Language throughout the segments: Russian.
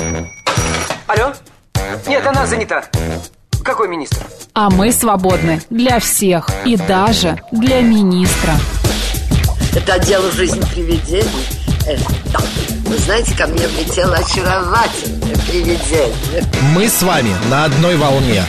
Алло? Нет, она занята. Какой министр? А мы свободны для всех и даже для министра. Это отдел «Жизнь привидений». Да. Вы знаете, ко мне влетело очаровательное привидение. Мы с вами на одной волне.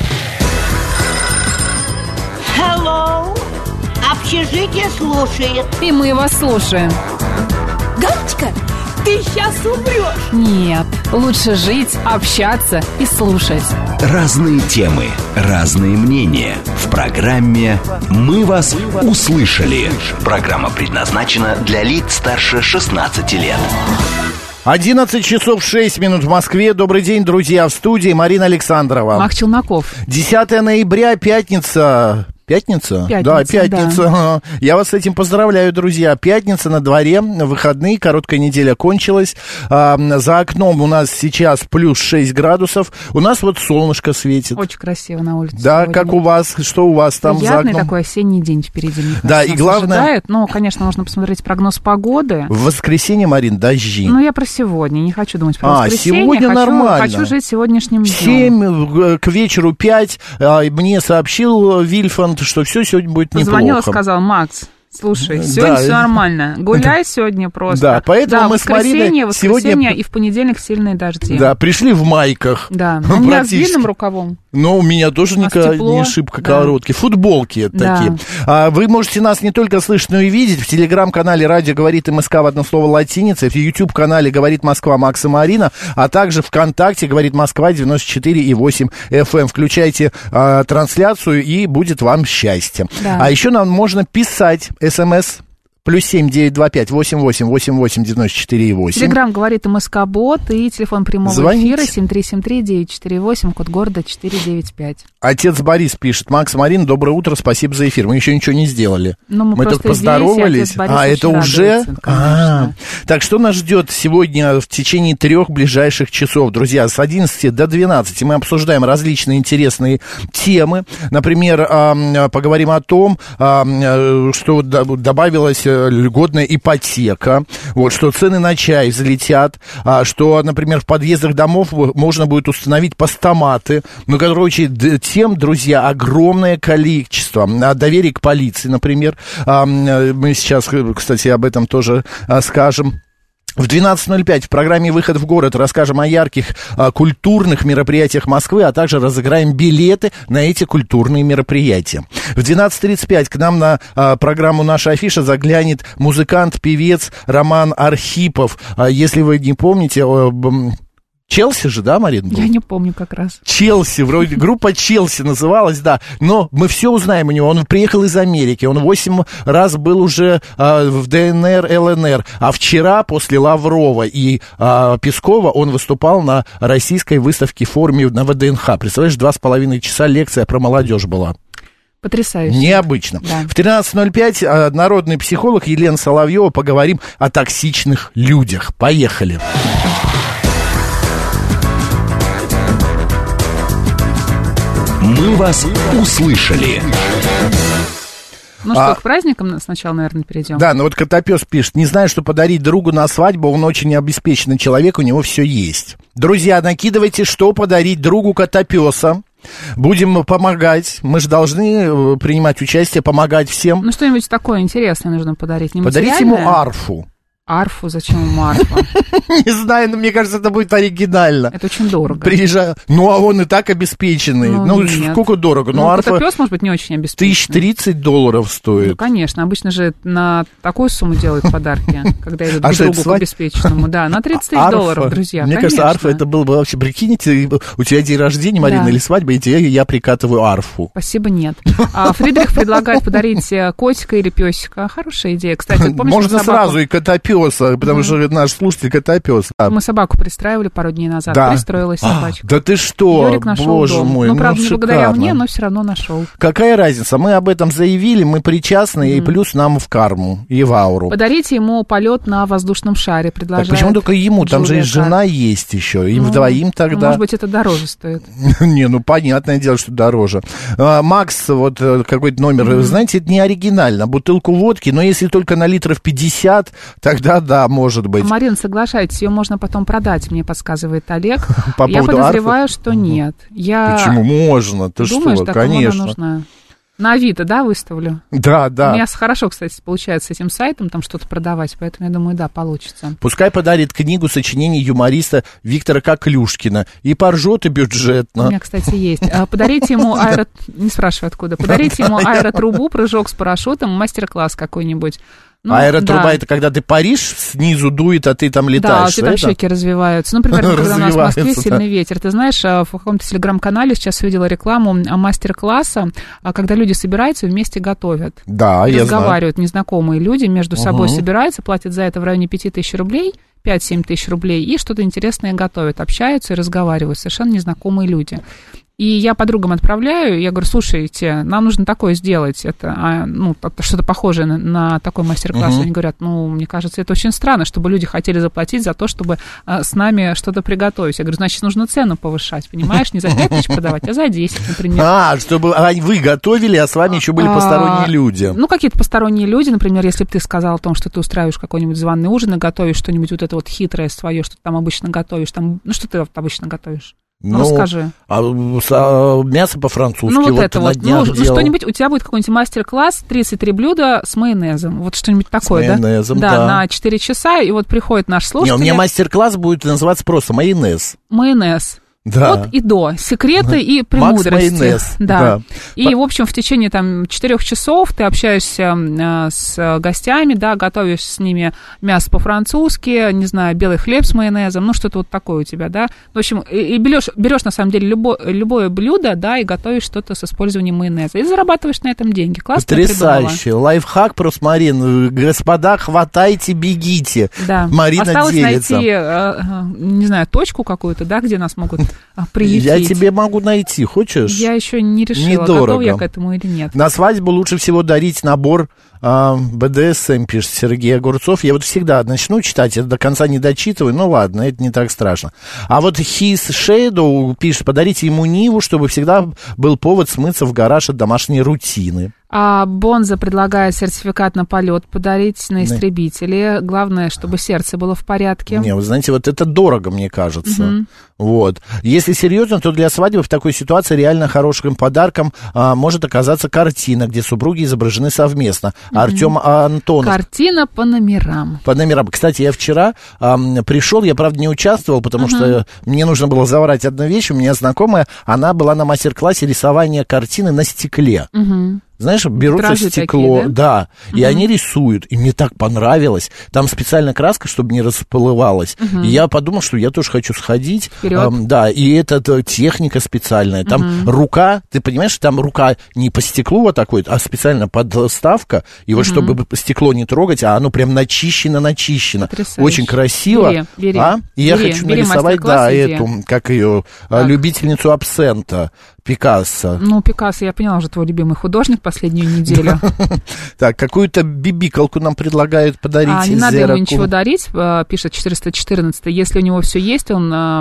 Hello. Общежитие слушает. И мы вас слушаем. Галочка, ты сейчас умрешь. Нет, лучше жить, общаться и слушать. Разные темы, разные мнения. В программе «Мы вас услышали». Программа предназначена для лиц старше 16 лет. 11 часов 6 минут в Москве. Добрый день, друзья, в студии Марина Александрова. Мах Челноков. 10 ноября, пятница. Пятница? Да, пятница. Да. Я вас с этим поздравляю, друзья. Пятница на дворе, выходные, короткая неделя кончилась. За окном у нас сейчас плюс 6 градусов. У нас вот солнышко светит. Очень красиво на улице. Да, сегодня. как у вас? Что у вас там приятный за окном? Такой осенний день впереди. Да, и главное... Ожидает. Но, конечно, нужно посмотреть прогноз погоды. В воскресенье, Марин, дожди. Ну, я про сегодня. Не хочу думать про воскресенье. Сегодня нормально. Хочу жить сегодняшним днем. 7 к вечеру 5. Мне сообщил Вильфанд, что все сегодня будет неплохо. Позвонил и сказал: Макс, слушай, сегодня все нормально. Гуляй сегодня просто. Да, поэтому мы с Мариной воскресенье и в понедельник сильные дожди. Да, пришли в майках. Да, у меня с длинным рукавом. Но у меня тоже не шибко короткие. Футболки такие. Вы можете нас не только слышать, но и видеть. В телеграм-канале «Радио говорит МСК» в одно слово латиница. В YouTube-канале «Говорит Москва» Макс и Марина. А также ВКонтакте «Говорит Москва» 94,8 FM. Включайте трансляцию, и будет вам счастье. Да. А еще нам можно писать СМС. +7 925 88 88 94,8. Телеграм говорит МСК-бот и телефон прямого эфира 7373948, код города 495. Отец Борис пишет: Макс, Марина, доброе утро, спасибо за эфир. Мы еще ничего не сделали. Мы только поздоровались. Это уже. Так, что нас ждет сегодня в течение 3 ближайших часов, друзья? С 11 до 12 мы обсуждаем различные интересные темы. Например, поговорим о том, что добавилось льготная ипотека, вот, что цены на чай взлетят, что, например, в подъездах домов можно будет установить постаматы. Ну, короче, тем, друзья, огромное количество. Доверие к полиции, например. Мы сейчас, кстати, об этом тоже скажем. В 12:05 в программе «Выход в город» расскажем о ярких культурных мероприятиях Москвы, а также разыграем билеты на эти культурные мероприятия. В 12:35 к нам на программу «Наша афиша» заглянет музыкант, певец Роман Архипов. Если вы не помните... Челси же, да, Марин? Я не помню как раз. Челси, вроде группа Челси называлась, да. Но мы все узнаем у него. Он приехал из Америки, он 8 раз был уже в ДНР, ЛНР. А вчера после Лаврова и Пескова он выступал на российской выставке в форуме на ВДНХ. Представляешь, 2,5 часа лекция про молодежь была. Потрясающе. Необычно. Да. В 13:05 народный психолог Елена Соловьева, поговорим о токсичных людях. Поехали. Мы вас услышали. Ну что, к праздникам сначала, наверное, перейдем. Да, но вот Котопес пишет: не знаю, что подарить другу на свадьбу, он очень обеспеченный человек, у него все есть. Друзья, накидывайте, что подарить другу Котопеса. Будем помогать. Мы же должны принимать участие, помогать всем. Ну, что-нибудь такое интересное нужно подарить. Не подарить ему арфу. Арфу? Зачем ему арфа? Не знаю, но мне кажется, это будет оригинально. Это очень дорого. Приезжаю. Ну, а он и так обеспеченный. Ну сколько дорого? Ну, арфа... Котопес, может быть, не очень обеспеченный. $1030 стоит. Ну, конечно. Обычно же на такую сумму делают подарки, когда идут к другу, к обеспеченному. Да, на $30, друзья. Мне кажется, арфа это было бы вообще... Прикиньте, у тебя день рождения, Марина, или свадьба, и тебе я прикатываю арфу. Спасибо, нет. Фридрих предлагает подарить котика или песика. Хорошая идея. Кстати, помнишь, можно сразу и Котопес, потому что наш слушатель Котопес. Мы собаку пристраивали пару дней назад. Да. Пристроилась собачка. Да ты что? Юрик нашел Боже дом. мой, ну, правда, не благодаря мне, но все равно нашел. Какая разница? Мы об этом заявили, мы причастны, и плюс нам в карму, и в ауру. Pодарите ему полет на воздушном шаре, предложает. Так почему только ему? Там же и жена есть еще, им вдвоим тогда. Может быть, это дороже стоит. Не, ну, понятное дело, что дороже. Макс, вот какой-то номер, знаете, это не оригинально. Бутылку водки, но если только на литров 50, тогда тогда может быть. Марина, соглашайтесь, ее можно потом продать, мне подсказывает Олег. Я подозреваю, что нет. Почему можно? Ты думаешь, что? Да, конечно. Кому она нужна? На Авито, да, выставлю? Да. У меня хорошо, кстати, получается с этим сайтом там что-то продавать, поэтому я думаю, да, получится. Пускай подарит книгу сочинений юмориста Виктора Коклюшкина. И поржет, и бюджетно. У меня, кстати, есть. Подарите ему не спрашивай откуда. Подарите ему аэротрубу, прыжок с парашютом, мастер-класс какой-нибудь. Аэротруба — это когда ты паришь, снизу дует, а ты там летаешь. Да, у тебя там щеки развиваются. Например, когда у нас в Москве сильный ветер. Ты знаешь, в каком-то телеграм-канале сейчас видела рекламу мастер-класса, когда люди собираются и вместе готовят. Да, я знаю. Разговаривают незнакомые люди, между собой собираются, платят за это в районе 5000 рублей, 5-7 тысяч рублей, и что-то интересное готовят, общаются и разговаривают. Совершенно незнакомые люди. И я подругам отправляю, я говорю, слушайте, нам нужно такое сделать, это что-то похожее на такой мастер-класс. Они говорят, мне кажется, это очень странно, чтобы люди хотели заплатить за то, чтобы с нами что-то приготовить. Я говорю, значит, нужно цену повышать, понимаешь, не за 5 тысяч продавать, а за 10, например. Чтобы вы готовили, а с вами еще были посторонние люди. Какие-то посторонние люди, например, если бы ты сказал о том, что ты устраиваешь какой-нибудь званый ужин и готовишь что-нибудь вот это вот хитрое свое, что ты там обычно готовишь, что ты обычно готовишь? Расскажи. Мясо по-французски. Что-нибудь, у тебя будет какой-нибудь мастер-класс, 33 блюда с майонезом. Вот что-нибудь такое, да? С майонезом, да. На 4 часа, и вот приходит наш слушатель. У меня мастер-класс будет называться просто майонез. Майонез. Да. От и до. Секреты и премудрости. Макс майонез. Да. И, в общем, в течение 4 часов ты общаешься с гостями, да, готовишь с ними мясо по-французски, не знаю, белый хлеб с майонезом, что-то вот такое у тебя, да. В общем, и берешь на самом деле любое блюдо, да, и готовишь что-то с использованием майонеза. И зарабатываешь на этом деньги. Классно. Потрясающе. Лайфхак просто, Марин. Господа, хватайте, бегите. Да. Марина осталось делится. Найти, не знаю, точку какую-то, да, где нас могут приютить. Я тебе могу найти, хочешь? Я еще не решила, готова я к этому или нет. На свадьбу лучше всего дарить набор БДСМ, пишет Сергей Огурцов. Я вот всегда начну читать, я до конца не дочитываю, ладно, это не так страшно. А вот His Shadow пишет, подарите ему Ниву, чтобы всегда был повод смыться в гараж от домашней рутины. А Бонза предлагает сертификат на полет подарить на истребителе. Главное, чтобы сердце было в порядке. Не, вы знаете, вот это дорого, мне кажется. Вот. Если серьезно, то для свадьбы в такой ситуации реально хорошим подарком может оказаться картина, где супруги изображены совместно. Артем Антонов. Картина по номерам. По номерам. Кстати, я вчера пришел, я, правда, не участвовал, потому что мне нужно было заврать одну вещь. У меня знакомая, она была на мастер-классе рисования картины на стекле. Знаешь, берутся стекло, такие, да? И они рисуют, и мне так понравилось. Там специальная краска, чтобы не расплывалась. И я подумал, что я тоже хочу сходить. Да, и это техника специальная. Там рука, ты понимаешь, там рука не по стеклу вот такой, а специально подставка. И вот чтобы стекло не трогать, а оно прям начищено. Потрясающе. Очень красиво. Бери. И я хочу нарисовать, эту, как ее, любительницу абсента. Пикассо. Пикассо, я поняла, уже твой любимый художник последнюю неделю. Так, какую-то бибикалку нам предлагают подарить. Не надо ему ничего дарить, пишет 414. Если у него все есть,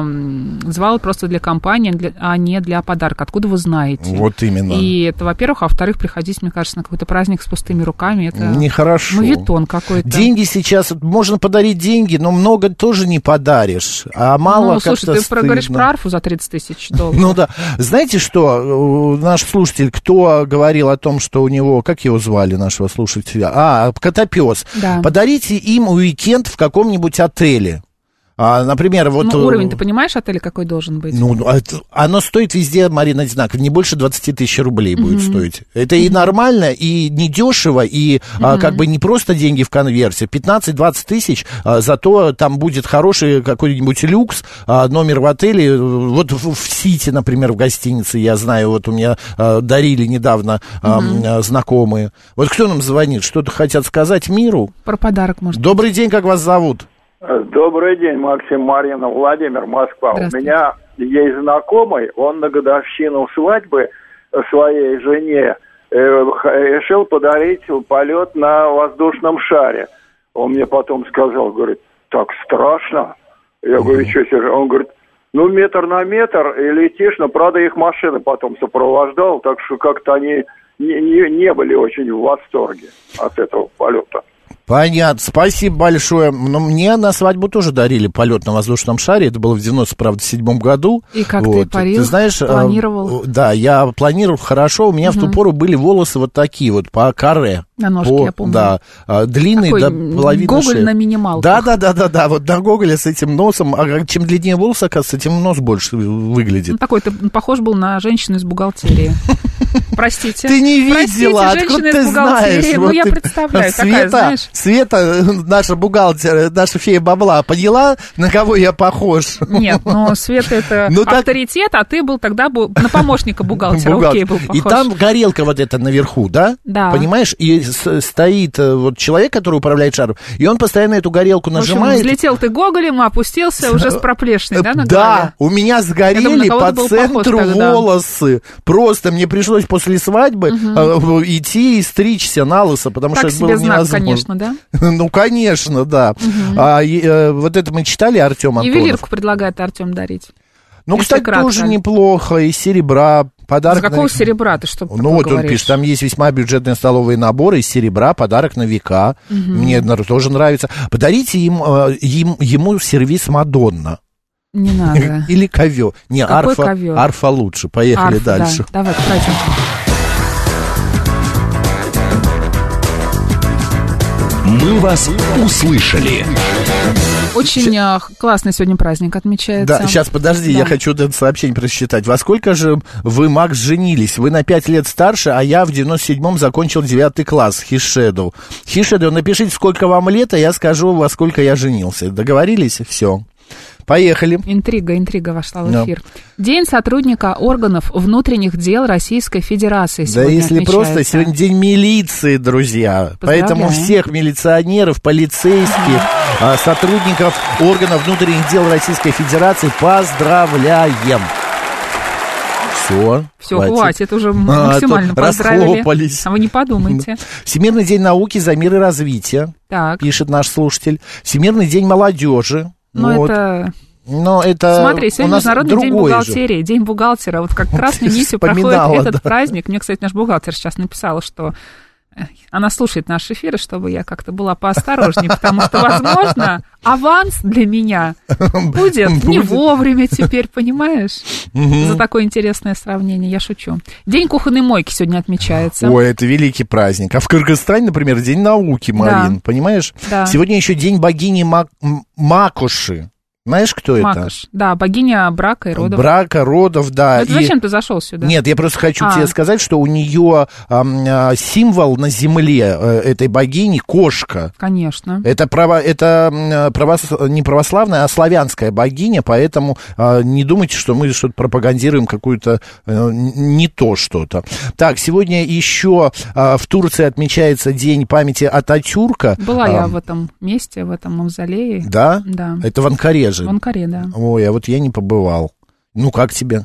он звал просто для компании, а не для подарка. Откуда вы знаете? Вот именно. И это, во-первых. А во-вторых, приходить, мне кажется, на какой-то праздник с пустыми руками. Это нехорошо. Моветон какой-то. Деньги сейчас, можно подарить деньги, но много тоже не подаришь. А мало как-то слушай, ты говоришь про арфу за 30 тысяч долларов. Да. Знаете, что наш слушатель, кто говорил о том, что у него, как его звали, нашего слушателя? Котопес. Да. Подарите им уикенд в каком-нибудь отеле. Например, вот... уровень, ты понимаешь, отель какой должен быть? Оно стоит везде, Марина, одинаково, не больше 20 тысяч рублей будет стоить. Это и нормально, и недешево, и как бы не просто деньги в конверте. 15-20 тысяч, зато там будет хороший какой-нибудь люкс, номер в отеле. Вот в Сити, например, в гостинице, я знаю, вот у меня дарили недавно знакомые. Вот кто нам звонит? Что-то хотят сказать миру? Про подарок, может. Добрый день, как вас зовут? Добрый день, Максим, Марина, Владимир, Москва. У меня есть знакомый, он на годовщину свадьбы своей жене решил подарить полет на воздушном шаре. Он мне потом сказал, говорит, так страшно. Я говорю, что, Сережа? Он говорит, метр на метр и летишь, но, правда, их машина потом сопровождала, так что как-то они не были очень в восторге от этого полета. Понятно, спасибо большое. Но мне на свадьбу тоже дарили полет на воздушном шаре. Это было в 97 году. И как ты парил? Ты знаешь, планировал? Да, я планировал хорошо. У меня в ту пору были волосы вот такие вот, по каре. На ножке, я помню. Да, длинные до половины Гоголь шеи. На минималках. Да, вот на Гоголе с этим носом. А чем длиннее волосы, оказывается, тем нос больше выглядит. Ну, такой, ты похож был на женщину из бухгалтерии. Простите. Ты не видела, откуда ты знаешь? Ну, я представляю, такая, знаешь. Света, наша бухгалтер, наша фея бабла, поняла, на кого я похож? Нет, но Света это авторитет, а ты был тогда на помощника бухгалтера. Окей, был похож. И там горелка вот эта наверху, да? Да. Понимаешь? И стоит вот человек, который управляет шаром, и он постоянно эту горелку нажимает. В общем, взлетел ты Гоголем, а опустился уже с проплешиной, да, на голове? Да, у меня сгорели по центру волосы. Просто мне пришлось после свадьбы идти и стричься на лысо, потому что это было невозможно. Знак, конечно, да? Ну, конечно, да. Вот это мы читали, Артем Антонов. Ювелирку предлагает Артем дарить. Ну, кстати, тоже неплохо, из серебра. Подарок. Из какого серебра ты что такое Ну, вот говоришь? он пишет, там есть весьма бюджетные столовые наборы из серебра, подарок на века. Мне тоже нравится. Подарите ему сервиз Мадонна. Не надо. Или ковер. Не, арфа лучше. Поехали дальше. Да. Давай, праздник. Мы вас услышали. Очень классный сегодня праздник отмечается. Да, сейчас, подожди, я хочу это сообщение прочитать. Во сколько же вы, Макс, женились? Вы на 5 лет старше, а я в 97-м закончил 9 класс. Хишеду, напишите, сколько вам лет, а я скажу, во сколько я женился. Договорились? Все. Поехали. Интрига вошла в эфир. День сотрудника органов внутренних дел Российской Федерации сегодня если отмечается. Просто, сегодня день милиции, друзья. Поэтому всех милиционеров, полицейских, сотрудников органов внутренних дел Российской Федерации поздравляем. Все, хватит, уже максимально поздравили. А вы не подумайте. Всемирный день науки за мир и развитие, пишет наш слушатель. Всемирный день молодежи. Но это... Смотри, сегодня Международный день бухгалтерии, день бухгалтера. Вот как красной нитью проходит этот праздник. Мне, кстати, наш бухгалтер сейчас написала, что она слушает наши эфиры, чтобы я как-то была поосторожнее, потому что, возможно, аванс для меня будет не вовремя теперь, понимаешь? За такое интересное сравнение, я шучу. День кухонной мойки сегодня отмечается. Ой, это великий праздник. А в Кыргызстане, например, день науки, Марин, понимаешь? Да. Сегодня еще день богини Макоши. Знаешь, кто Макош. это? Да, богиня брака и родов. Брака, родов, да. Это зачем ты зашел сюда? Нет, я просто хочу тебе сказать, что у нее символ на земле этой богини кошка. Конечно. Это не православная, а славянская богиня, поэтому не думайте, что мы что-то пропагандируем, какую-то не то что-то. Так, сегодня еще в Турции отмечается День памяти Ататюрка. Была я в этом месте, в этом мавзолее. Да? Да. Это в Анкаре же. В Анкаре, да. Ой, а вот я не побывал. Ну, как тебе?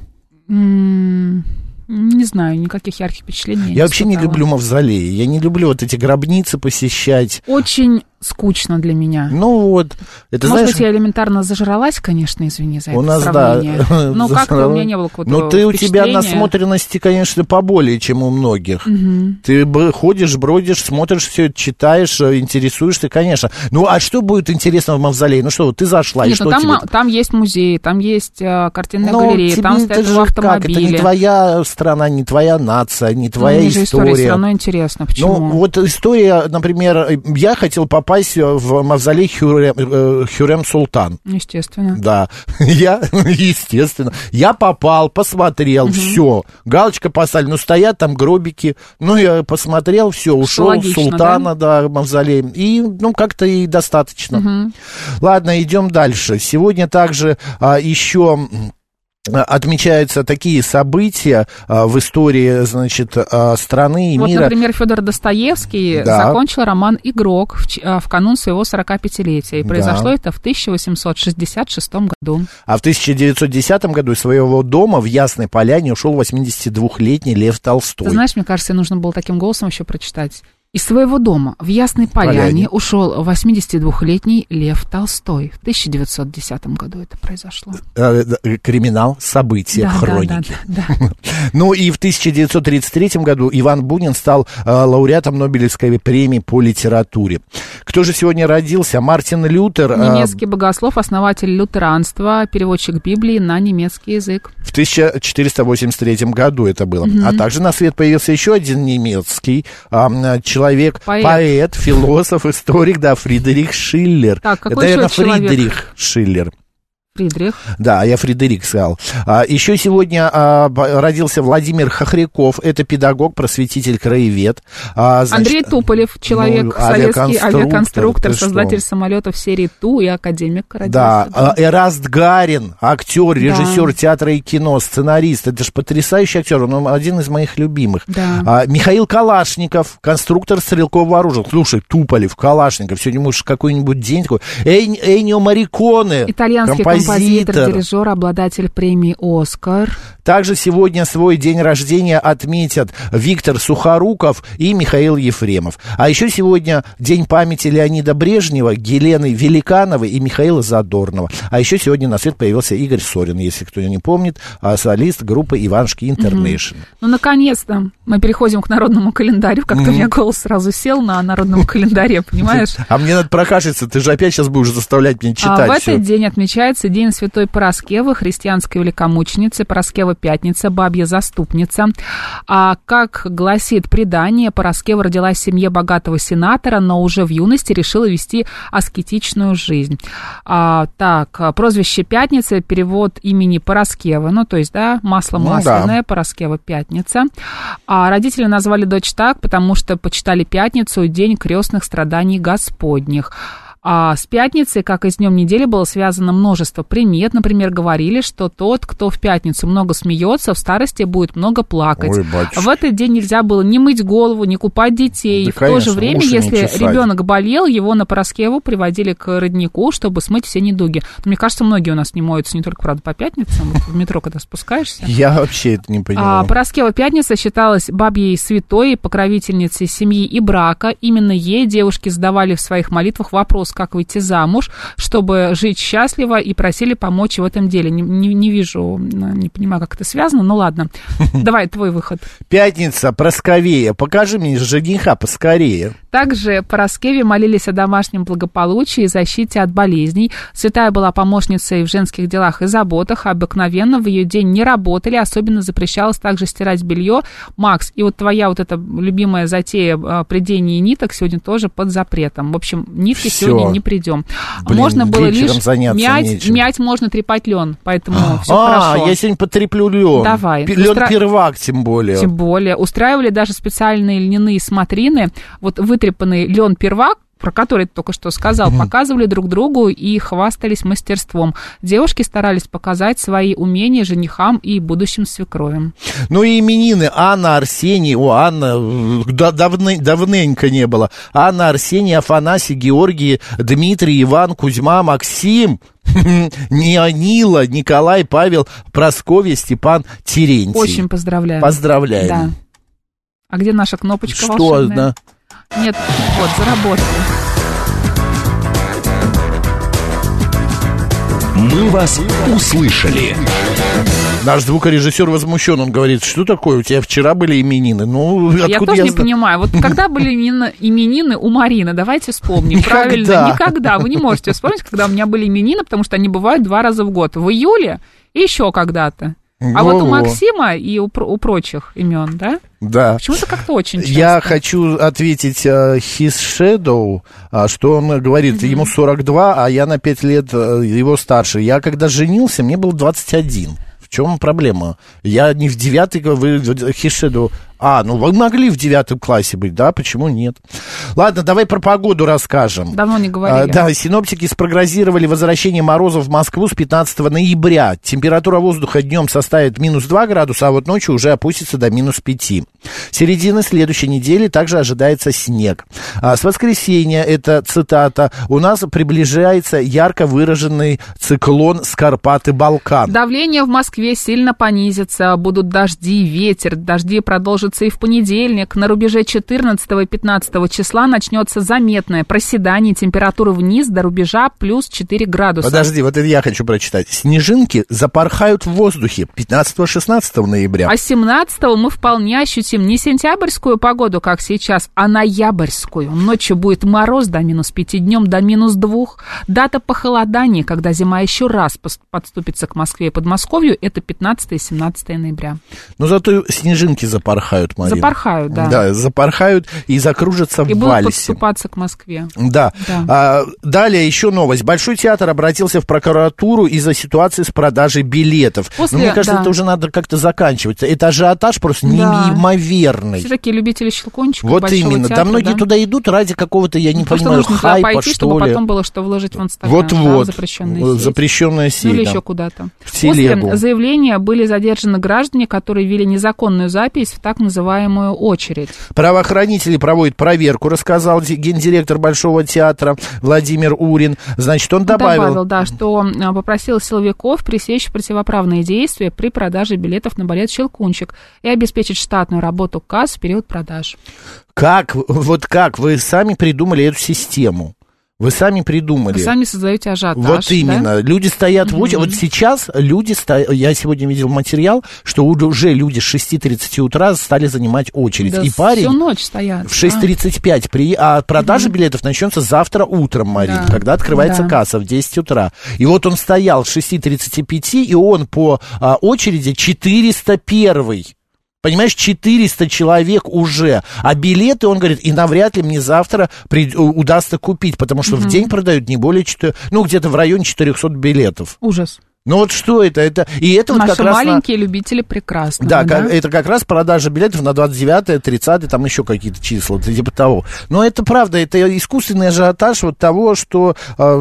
Не знаю, никаких ярких впечатлений. Я вообще не люблю мавзолеи. Я не люблю вот эти гробницы посещать. Очень скучно для меня. Ну вот, это Может быть, я элементарно зажралась, конечно, извини за это сравнение. Да. Но как-то у меня не было какого-то Но ты, у тебя насмотренности, конечно, поболее, чем у многих. Ты ходишь, бродишь, смотришь все это, читаешь, интересуешься, конечно. Ну, а что будет интересно в мавзолее? Ну что, ты зашла, и что тебе? Там есть музей, там есть картинная галерея, там стоят автомобили. Это не твоя страна, не твоя нация, не твоя история. Все равно интересно. Почему? Ну, вот история, например, я хотел попасть в мавзолей Хюррем Султан. Естественно. Да, естественно. Я попал, посмотрел, все. Галочка поставили, ну, стоят там гробики. Ну, я посмотрел, все, ушел логично, Султана, да, мавзолей. И, ну, как-то и достаточно. Ладно, идем дальше. Сегодня также еще... отмечаются такие события в истории, значит, страны и мира. Вот, например, Федор Достоевский закончил роман «Игрок» в канун своего 45-летия. И произошло это в 1866 году. А в 1910 году из своего дома в Ясной Поляне ушел 82-летний Лев Толстой. Ты знаешь, мне кажется, нужно было таким голосом еще прочитать. Из своего дома в Ясной Поляне ушел 82-летний Лев Толстой. В 1910 году это произошло. Криминал, события, хроники. Да. Ну и в 1933 году Иван Бунин стал лауреатом Нобелевской премии по литературе. Кто же сегодня родился? Мартин Лютер. Немецкий богослов, основатель лютеранства, переводчик Библии на немецкий язык. В 1483 году это было. А также на свет появился еще один немецкий человек, поэт, философ, историк, Фридрих Шиллер. Так, какой это, наверное, человек? Фридрих Шиллер. Фридрих. Да, я Фредерик сказал. Еще сегодня родился Владимир Хохряков. Это педагог, просветитель, краевед. Андрей Туполев, человек, советский авиаконструктор, создатель самолетов серии Ту и академик. Родился, да, Эраст Гарин, актер, режиссер театра и кино, сценарист. Это же потрясающий актер, он один из моих любимых. Да. Михаил Калашников, конструктор стрелкового оружия. Слушай, Туполев, Калашников, сегодня можешь какой-нибудь день такой. Эннио Морриконе, итальянский композитор, дирижер, обладатель премии «Оскар». Также сегодня свой день рождения отметят Виктор Сухоруков и Михаил Ефремов. А еще сегодня день памяти Леонида Брежнева, Елены Великановой и Михаила Задорнова. А еще сегодня на свет появился Игорь Сорин, если кто не помнит, солист группы «Иванушки Интернешнл». Ну, наконец-то мы переходим к народному календарю. Как-то у меня голос сразу сел на народном календаре, понимаешь? А мне надо прокашляться, ты же опять сейчас будешь заставлять меня читать. В этот день отмечается День Святой Параскевы, христианской великомученицы, Параскева Пятница, бабья заступница. Как гласит предание, Параскева родилась в семье богатого сенатора, но уже в юности решила вести аскетичную жизнь. Прозвище Пятница, перевод имени Параскева, то есть, масло масляное, Параскева Пятница. Родители назвали дочь так, потому что почитали Пятницу день крестных страданий Господних. С пятницей, как и с днем недели, было связано множество примет. Например, говорили, что тот, кто в пятницу много смеется, в старости будет много плакать. Ой, батюшки. В этот день нельзя было ни мыть голову, ни купать детей. Да, в то же время, если ребенок болел, его на Параскеву приводили к роднику, чтобы смыть все недуги. Но, мне кажется, многие у нас не моются не только, правда, по пятницам, в метро, когда спускаешься. Я вообще это не понимаю. Параскева Пятница считалась бабьей святой, покровительницей семьи и брака. Именно ей девушки задавали в своих молитвах вопрос, как выйти замуж, чтобы жить счастливо, и просили помочь в этом деле. Не вижу, не понимаю, как это связано, но ладно. Давай, твой выход. Пятница, Парасковея. Покажи мне жениха поскорее. Также Параскеве молились о домашнем благополучии и защите от болезней. Святая была помощницей в женских делах и заботах. Обыкновенно в ее день не работали, особенно запрещалось также стирать белье. Макс, и вот твоя вот эта любимая затея прядения ниток сегодня тоже под запретом. В общем, нитки сегодня не придем. Можно было лишь мять, можно трепать лен, поэтому все хорошо. Я сегодня потреплю лен. Давай. Лен первак, тем более. Тем более. Устраивали даже специальные льняные смотрины. Вот вытрепанный лен первак, про который ты только что сказал, показывали друг другу и хвастались мастерством. Девушки старались показать свои умения женихам и будущим свекровям. Ну и именины. Анна, Арсений, Анна, давненько не было. Анна, Арсений, Афанасий, Георгий, Дмитрий, Иван, Кузьма, Максим, Нила, Николай, Павел, Прасковья, Степан, Терентий. Очень поздравляем. Поздравляем. Да. А где наша кнопочка волшебная? Что, да? Нет, вот, заработали. Мы вас услышали. Наш звукорежиссер возмущен, он говорит, что такое, у тебя вчера были именины? Ну, я тоже не понимаю, вот когда были именины у Марины, давайте вспомним. Никогда. Правильно, никогда. Вы не можете вспомнить, когда у меня были именины, потому что они бывают 2 раза в год, в июле и еще когда-то. А вот у Максима и у прочих имен, да? Да. Почему-то как-то очень часто. Я хочу ответить His Shadow, что он говорит, ему 42, а я на 5 лет его старше. Я когда женился, мне было 21. В чем проблема? Я не в 9-й, вы His Shadow... ну вы могли в 9 классе быть, да? Почему нет? Ладно, давай про погоду расскажем. Давно не говорили. Да, синоптики спрогнозировали возвращение морозов в Москву с 15 ноября. Температура воздуха днем составит минус 2 градуса, а вот ночью уже опустится до минус 5. Середины следующей недели также ожидается снег. С воскресенья, это цитата, у нас приближается ярко выраженный циклон с Карпат и Балкан. Давление в Москве сильно понизится, будут дожди, ветер, дожди продолжатся продолжится и в понедельник. На рубеже 14 и 15 числа начнется заметное проседание температуры вниз до рубежа плюс 4 градуса. Подожди, вот это я хочу прочитать. Снежинки запорхают в воздухе 15-16 ноября. А 17-го мы вполне ощутим не сентябрьскую погоду, как сейчас, а ноябрьскую. Ночью будет мороз до -5, днем до -2. Дата похолодания, когда зима еще раз подступится к Москве и Подмосковью, это 15 и 17 ноября. Но зато снежинки запорхают, Марина. Запорхают, да. Да, запорхают и закружатся в вальсе. И будут подступаться к Москве. Да. Далее еще новость. Большой театр обратился в прокуратуру из-за ситуации с продажей билетов. Мне кажется, это уже надо как-то заканчивать. Это ажиотаж просто неимоверный. Все такие любители щелкунчиков, вот именно. Театра, многие туда идут ради какого-то, я не понимаю, хайпа, пойти, что чтобы ли. потом было что вложить в Инстаграм. Вот-вот. Запрещенная сеть. Или еще куда-то. В телегу. После заявления были задержаны граждане, которые вели незаконную запись в так называемую очередь. Правоохранители проводят проверку, рассказал гендиректор Большого театра Владимир Урин. Значит, он добавил, что попросил силовиков пресечь противоправные действия при продаже билетов на балет «Щелкунчик» и обеспечить штатную работу касс в период продаж. Как вы сами придумали эту систему? Вы сами придумали. Вы сами создаете ажиотаж. Вот именно. Да? Люди стоят в очереди. Вот сейчас люди стоят. Я сегодня видел материал, что уже люди с 6:30 утра стали занимать очередь. Да, и парень всю ночь стоят. В 6:35 а продажа билетов начнется завтра утром, Марина, когда открывается касса в 10 утра. И вот он стоял с 6:35, и он по очереди 401-й. Понимаешь, 400 человек уже. А билеты, он говорит, и навряд ли мне завтра удастся купить, потому что в день продают не более 4, где-то в районе 400 билетов. Ужас. Ну вот что это? И это наши вот как раз маленькие любители прекрасного. Да, это как раз продажа билетов на 29-е, 30-е, там еще какие-то числа, типа того. Но это правда, это искусственный ажиотаж вот того, что...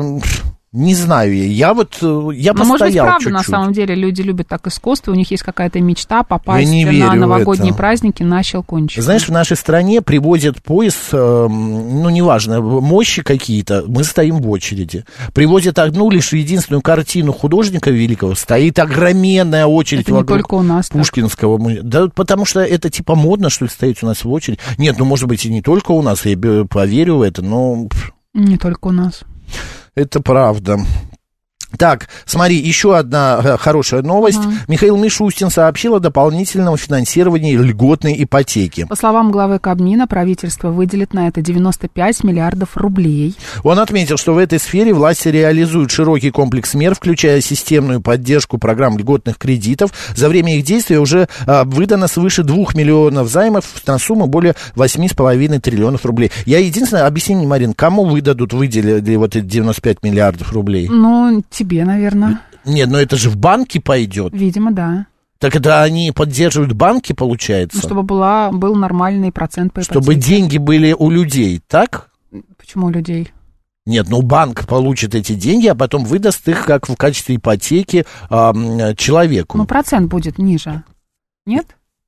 Не знаю, я постоял чуть-чуть. Может быть, правда, на самом деле, люди любят так искусство, у них есть какая-то мечта попасть на новогодние праздники на Щелкунчик. Знаешь, в нашей стране привозят поезд, неважно, мощи какие-то, мы стоим в очереди. Привозят одну лишь единственную картину художника великого, стоит огроменная очередь это вокруг не только у нас Пушкинского музея. Да, потому что это типа модно, что ли, стоит у нас в очередь. Нет, может быть, и не только у нас, я поверю в это, но... Не только у нас. Это правда. Так, смотри, еще одна хорошая новость. Михаил Мишустин сообщил о дополнительном финансировании льготной ипотеки. По словам главы Кабмина, правительство выделит на это 95 миллиардов рублей. Он отметил, что в этой сфере власти реализуют широкий комплекс мер, включая системную поддержку программ льготных кредитов. За время их действия уже выдано свыше 2 миллионов займов на сумму более 8,5 триллионов рублей. Я единственное, объясни мне, Марин, кому выделили вот эти 95 миллиардов рублей? Тебе, наверное. Нет, но это же в банки пойдет. Видимо, да. Так это они поддерживают банки, получается? Чтобы был нормальный процент по ипотеке. Чтобы деньги были у людей, так? Почему у людей? Нет, банк получит эти деньги, а потом выдаст их как в качестве ипотеки человеку. Процент будет ниже. Нет?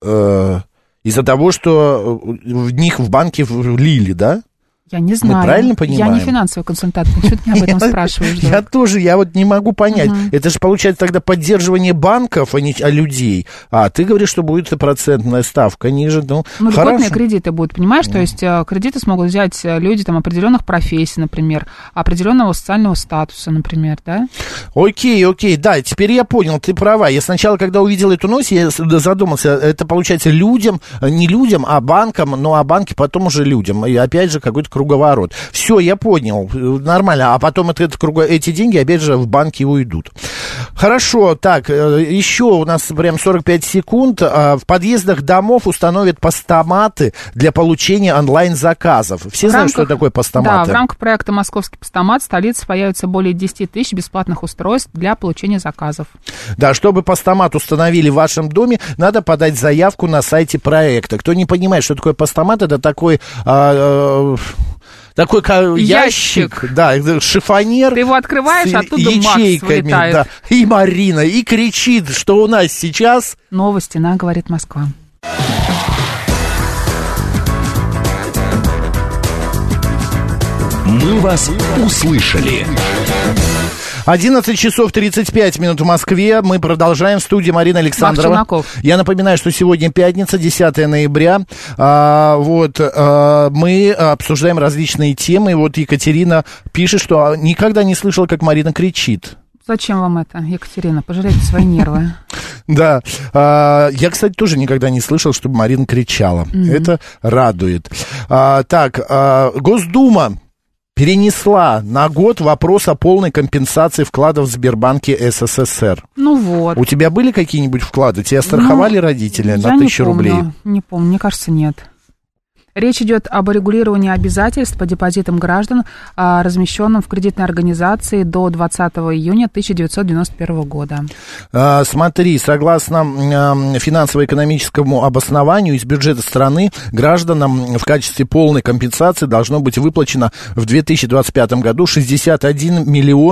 Из-за того, что в них в банке влили, да? Я не знаю. Мы правильно понимаем? Я не финансовый консультант. Что ты меня об этом спрашиваешь? Я тоже, я вот не могу понять. Это же получается тогда поддерживание банков, а не людей. А ты говоришь, что будет процентная ставка ниже. Льготные кредиты будут, понимаешь? То есть кредиты смогут взять люди определенных профессий, например, определенного социального статуса, например, да? Окей, да, теперь я понял, ты права. Я сначала, когда увидел эту новость, я задумался, это получается людям, не людям, а банкам, а банки потом уже людям. И опять же какой-то круговорот. Все, я понял, нормально. А потом эти деньги, опять же, в банки уйдут. Хорошо, так, еще у нас прям 45 секунд. В подъездах домов установят постаматы для получения онлайн-заказов. Все знают, что такое постаматы? Да, в рамках проекта «Московский постамат» в столице появится более 10 тысяч бесплатных устройств для получения заказов. Да, чтобы постамат установили в вашем доме, надо подать заявку на сайте проекта. Кто не понимает, что такое постамат, это такой ящик, да, шифонер. Ты его открываешь, оттуда ячейками, Макс вылетает. Да, и Марина, и кричит, что у нас сейчас... Новости на «Говорит Москва». Мы вас услышали. 11 часов 35 минут в Москве. Мы продолжаем. В студии Марина Александрова. Я напоминаю, что сегодня пятница, 10 ноября. Мы обсуждаем различные темы. И вот Екатерина пишет, что никогда не слышала, как Марина кричит. Зачем вам это, Екатерина? Пожалейте свои нервы. Да. Я, кстати, тоже никогда не слышал, чтобы Марина кричала. Это радует. Госдума перенесла на год вопрос о полной компенсации вкладов в Сбербанке СССР. Ну вот. У тебя были какие-нибудь вклады? Тебя страховали родители на 1000 рублей? Не помню, мне кажется, нет. Речь идет об урегулировании обязательств по депозитам граждан, размещенным в кредитной организации до 20 июня 1991 года. Смотри, согласно финансово-экономическому обоснованию из бюджета страны, гражданам в качестве полной компенсации должно быть выплачено в 2025 году 61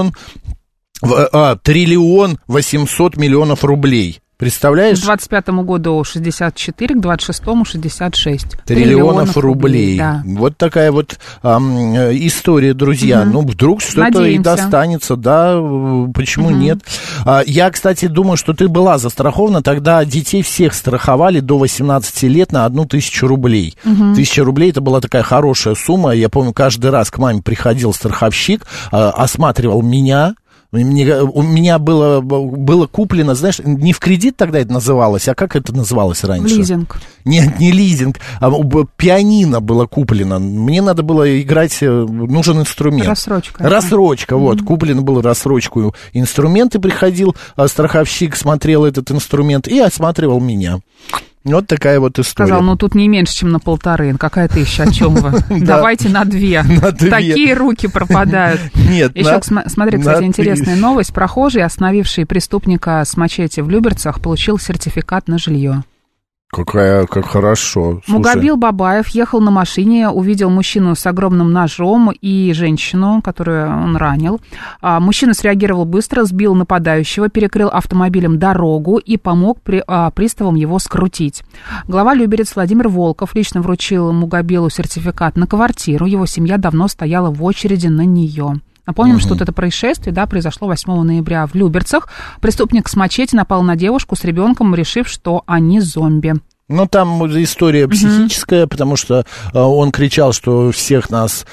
триллион 800 миллионов рублей. Представляешь? К 25-му году 64, к 26-му 66. Триллионов рублей. Да. Вот такая вот история, друзья. Ну, вдруг что-то и достанется, да, почему нет? Я, кстати, думаю, что ты была застрахована, тогда детей всех страховали до 18 лет на 1000 рублей. 1000 рублей, это была такая хорошая сумма. Я помню, каждый раз к маме приходил страховщик, осматривал меня. У меня было куплено, знаешь, не в кредит тогда это называлось, а как это называлось раньше? Лизинг. Нет, не лизинг, а пианино было куплено. Мне надо было играть, нужен инструмент. Рассрочка, вот. Куплено было рассрочку инструмент, и приходил страховщик, смотрел этот инструмент и осматривал меня. Вот такая вот история. Сказал, ну тут не меньше, чем на 1,5. Какая 1000, о чем вы? Давайте на 2. Такие руки пропадают. Нет, еще, смотри, кстати, интересная новость. Прохожий, остановивший преступника с мачете в Люберцах, получил сертификат на жилье. Как хорошо. Слушай. Мугабил Бабаев ехал на машине, увидел мужчину с огромным ножом и женщину, которую он ранил. Мужчина среагировал быстро, сбил нападающего, перекрыл автомобилем дорогу и помог приставам его скрутить. Глава Люберец Владимир Волков лично вручил Мугабилу сертификат на квартиру. Его семья давно стояла в очереди на нее. Напомним, что вот это происшествие, произошло 8 ноября в Люберцах. Преступник с мачете напал на девушку с ребенком, решив, что они зомби. Ну, там история психическая, потому что он кричал, что всех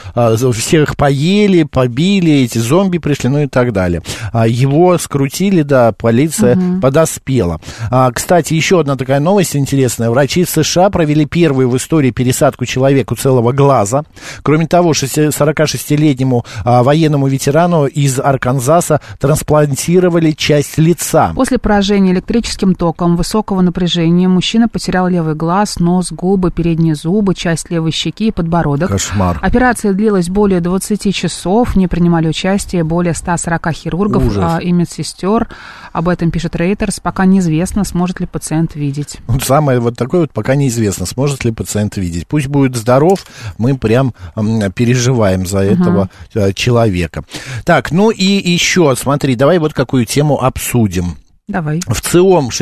поели, побили, эти зомби пришли, ну и так далее. Его скрутили, да, полиция подоспела. Кстати, еще одна такая новость интересная. Врачи США провели первую в истории пересадку человеку целого глаза. Кроме того, 46-летнему военному ветерану из Арканзаса трансплантировали часть лица. После поражения электрическим током высокого напряжения мужчина потерял левый глаз, нос, губы, передние зубы, часть левой щеки и подбородок. Кошмар. Операция длилась более 20 часов. В ней принимали участие более 140 хирургов и медсестер. Об этом пишет Reuters. Пока неизвестно, сможет ли пациент видеть. Вот самое вот такое вот, пока неизвестно, сможет ли пациент видеть. Пусть будет здоров, мы прям переживаем за этого человека. Так, ну и еще, смотри, давай вот какую тему обсудим. Давай. В ЦИОМ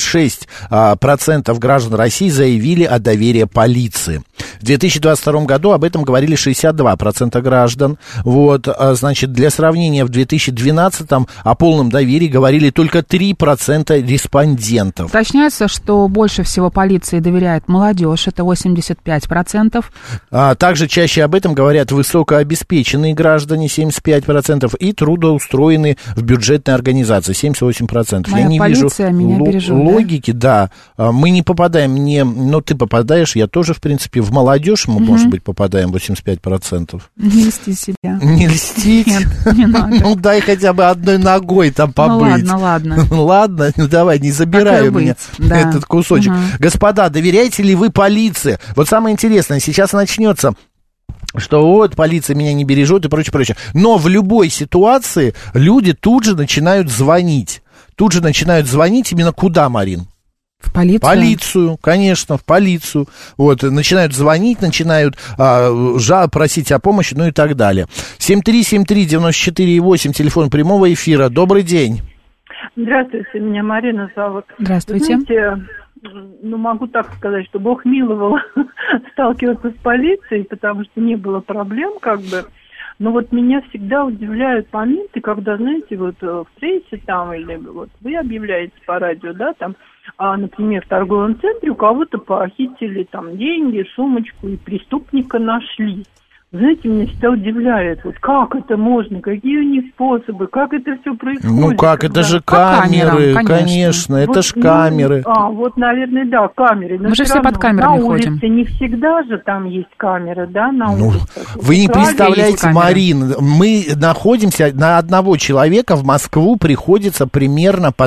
66% граждан России заявили о доверии полиции. В 2022 году об этом говорили 62% граждан. Вот, значит, для сравнения, в 2012 о полном доверии говорили только 3% респондентов. Уточняется, что больше всего полиции доверяет молодежь, это 85%. Также чаще об этом говорят высокообеспеченные граждане, 75%, и трудоустроенные в бюджетной организации, 78%. Я не вижу логики, да. Мы не попадаем, но ты попадаешь, я тоже, в принципе, в молодежь мы, может быть, попадаем 85%. Не льсти себя. Не льстить? Нет, не надо. Ну, дай хотя бы одной ногой там побыть. Ну, ладно. Ладно, ну, давай, не забирай у меня этот кусочек. Господа, доверяете ли вы полиции? Вот самое интересное, сейчас начнется... что вот полиция меня не бережет и прочее, прочее. Но в любой ситуации люди тут же начинают звонить. Именно куда, Марин? В полицию? Полицию, конечно, в полицию. Вот, начинают звонить, начинают просить о помощи, ну и так далее. 7373948, телефон прямого эфира. Добрый день. Здравствуйте, меня Марина зовут. Здравствуйте. Вы знаете, могу так сказать, что Бог миловал сталкиваться с полицией, потому что не было проблем, Но вот меня всегда удивляют моменты, когда, знаете, вот в прессе там, или вот вы объявляете по радио, да, там, например, в торговом центре у кого-то похитили там деньги, сумочку, и преступника нашли. Знаете, меня всегда удивляет, вот как это можно, какие у них способы, как это все происходит. Ну как, это же камеры, конечно, это ж камеры. Вот, наверное, да, камеры. Мы же все под камерами ходим. На улице не всегда же там есть камеры, да, на улице. Вы не представляете, Марин, мы находимся, на одного человека в Москву приходится примерно по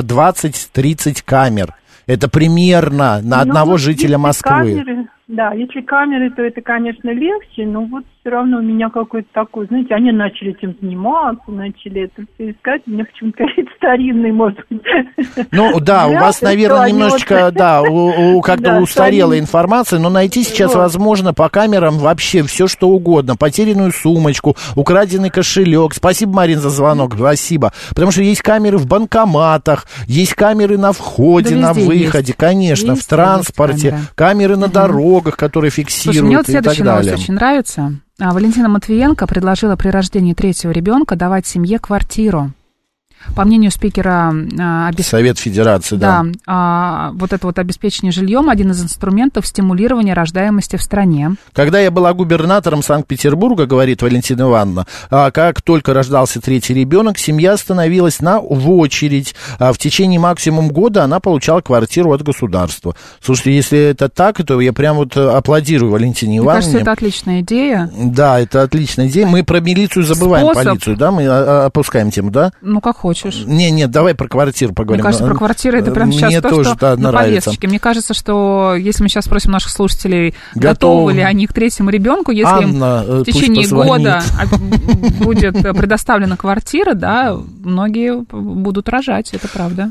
20-30 камер. Это примерно на одного жителя Москвы. Да, если камеры, то это, конечно, легче, но вот все равно у меня какой-то такой, знаете, они начали этим заниматься, начали это все искать, у меня почему-то какие-то старинные, может быть. Ну, да, у вас, наверное, немножечко, да, как-то устарела информация, но найти сейчас возможно по камерам вообще все, что угодно. Потерянную сумочку, украденный кошелек. Спасибо, Марин, за звонок, спасибо. Потому что есть камеры в банкоматах, есть камеры на входе, на выходе, конечно, в транспорте, камеры на дорогах, которые фиксируют. Слушай, мне вот следующая новость очень нравится. Валентина Матвиенко предложила при рождении третьего ребенка давать семье квартиру. По мнению спикера... Совет Федерации, да. Да, вот это вот обеспечение жильем один из инструментов стимулирования рождаемости в стране. Когда я была губернатором Санкт-Петербурга, говорит Валентина Ивановна, как только рождался третий ребенок, семья становилась в очередь. В течение максимум года она получала квартиру от государства. Слушайте, если это так, то я прям вот аплодирую Валентине Ивановне. Мне кажется, это отличная идея. Да, это отличная идея. Мы про милицию забываем, полицию, да? Мы опускаем тему, да? Ну, как хочешь. Не, давай про квартиру поговорим. Мне кажется, про квартиру это прямо сейчас мне то, тоже, что на повесточке. Мне кажется, что если мы сейчас спросим наших слушателей, готовы ли они к третьему ребенку, если Анна, им в течение года будет предоставлена квартира, да, многие будут рожать, это правда.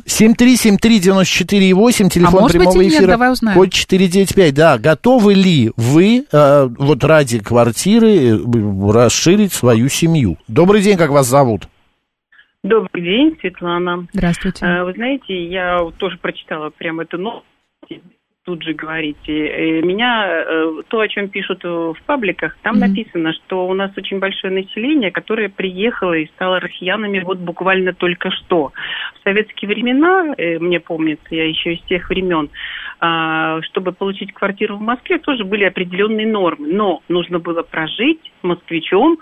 7373948, телефон прямого эфира. Давай узнаем. Код 495, да. Готовы ли вы вот ради квартиры расширить свою семью? Добрый день, как вас зовут? Добрый день, Светлана. Здравствуйте. Вы знаете, я тоже прочитала прямо эту новость, тут же говорите. Меня, то, о чем пишут в пабликах, там написано, что у нас очень большое население, которое приехало и стало россиянами вот буквально только что. В советские времена, мне помнится, я еще из тех времен, чтобы получить квартиру в Москве, тоже были определенные нормы. Но нужно было прожить москвичом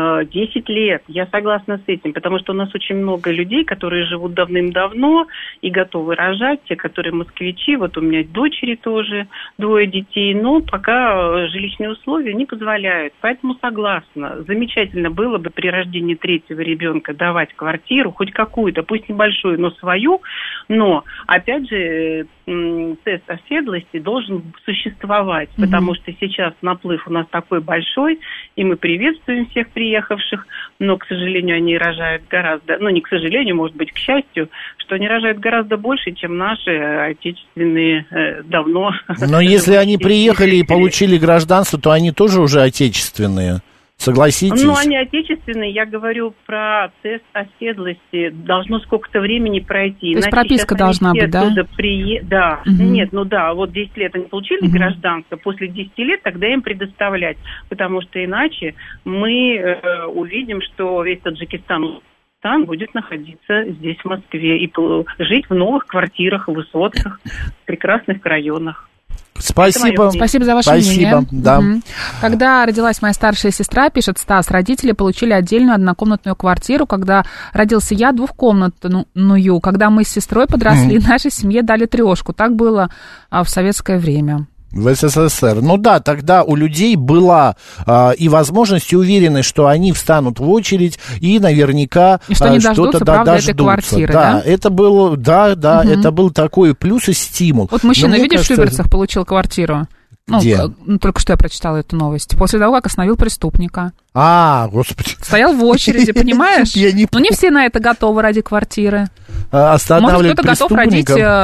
10 лет. Я согласна с этим, потому что у нас очень много людей, которые живут давным-давно и готовы рожать, те, которые москвичи. Вот у меня дочери тоже, 2 детей, но пока жилищные условия не позволяют. Поэтому согласна. Замечательно было бы при рождении третьего ребенка давать квартиру, хоть какую-то, пусть небольшую, но свою. Но, опять же, тест оседлости должен существовать, потому что сейчас наплыв у нас такой большой, и мы приветствуем всех приехавших, но, к сожалению, они рожают гораздо, ну, не к сожалению, может быть, к счастью, что они рожают гораздо больше, чем наши отечественные давно. Но если они приехали и получили гражданство, то они тоже уже отечественные. Согласитесь? Ну, они отечественные, я говорю про тест оседлости. Должно сколько-то времени пройти. То есть прописка должна быть, да? Да. Нет, ну да, вот 10 лет они получили гражданство, после 10 лет тогда им предоставлять. Потому что иначе мы увидим, что весь Таджикистан будет находиться здесь, в Москве, и жить в новых квартирах, высотках, в прекрасных районах. Спасибо. Спасибо за ваше мнение. Да. Когда родилась моя старшая сестра, пишет Стас, родители получили отдельную однокомнатную квартиру. Когда родился я, 2-комнатную. Когда мы с сестрой подросли, нашей семье дали 3. Так было в советское время. В СССР. Ну да, тогда у людей была и возможность, и уверенность, что они встанут в очередь и наверняка и что что-то дождутся. Этой квартиры, да? Это был, это был такой плюс и стимул. Вот мужчина, видишь, в Люберцах получил квартиру. Где? Только что я прочитала эту новость. После того, как остановил преступника. Господи. Стоял в очереди, понимаешь? Не все на это готовы ради квартиры. Может, кто-то готов родить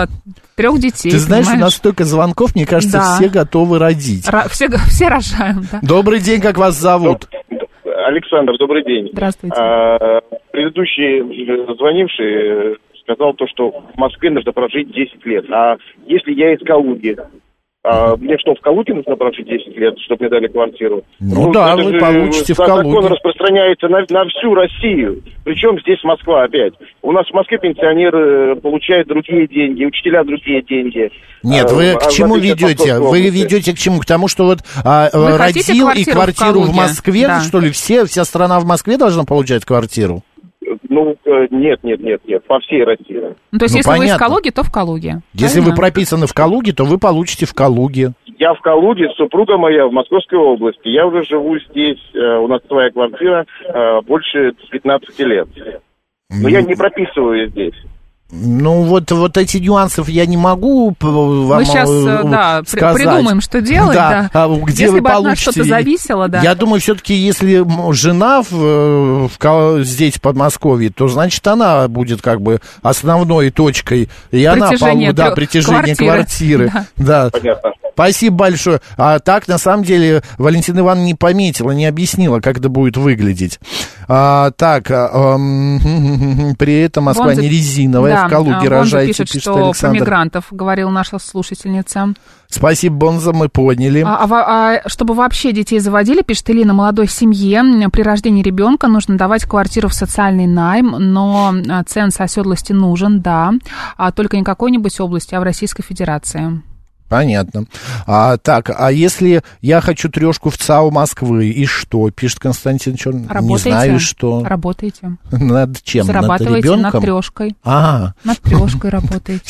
3 детей. Ты знаешь, у нас столько звонков, мне кажется, все готовы родить. Все рожаем, да. Добрый день, как вас зовут? Александр, добрый день. Здравствуйте. Предыдущий звонивший сказал то, что в Москве нужно прожить 10 лет. А если я из Калуги, А мне что, в Калуге нужно прожить 10 лет, чтобы мне дали квартиру? Ну да, вы получите в Калуге. Закон распространяется на всю Россию. Причем здесь Москва опять. У нас в Москве пенсионеры получают другие деньги, учителя другие деньги. Нет, вы к чему ведете? Вы ведете к чему? К тому, что вот родил и квартиру в Москве, да. Что ли? Вся страна в Москве должна получать квартиру? Ну, нет, по всей России. Ну, то есть, если понятно. Вы из Калуги, то в Калуге. Если правильно? Вы прописаны в Калуге, то вы получите в Калуге. Я в Калуге, супруга моя в Московской области. Я уже живу здесь, у нас своя квартира, больше 15 лет. Но я не прописываю здесь. Ну, вот эти нюансы я не могу вам мы сейчас, сказать. Придумаем, что делать, да. Где если вы бы получите... от нас что-то зависело, да. Я думаю, все-таки, если жена здесь, в Подмосковье, то, значит, она будет как бы основной точкой. И она притяжение квартиры. Да. Понятно. Спасибо большое. А так, на самом деле, Валентина Ивановна не пометила, не объяснила, как это будет выглядеть. При этом Москва не резиновая, в Калуге рожайте, пишет, пишет что Александр. Про мигрантов говорила наша слушательница. Спасибо, Бонза, мы поняли. Чтобы вообще детей заводили, пишет Элина, молодой семье при рождении ребенка нужно давать квартиру в социальный найм, но ценз оседлости нужен, да, только не в какой-нибудь области, а в Российской Федерации. Понятно. А если я хочу 3 в ЦАУ Москвы, и что? Пишет Константин Черный. Не знаю, что. Работаете. Над чем? Зарабатываете над ребенком? Над 3. Над 3 работаете.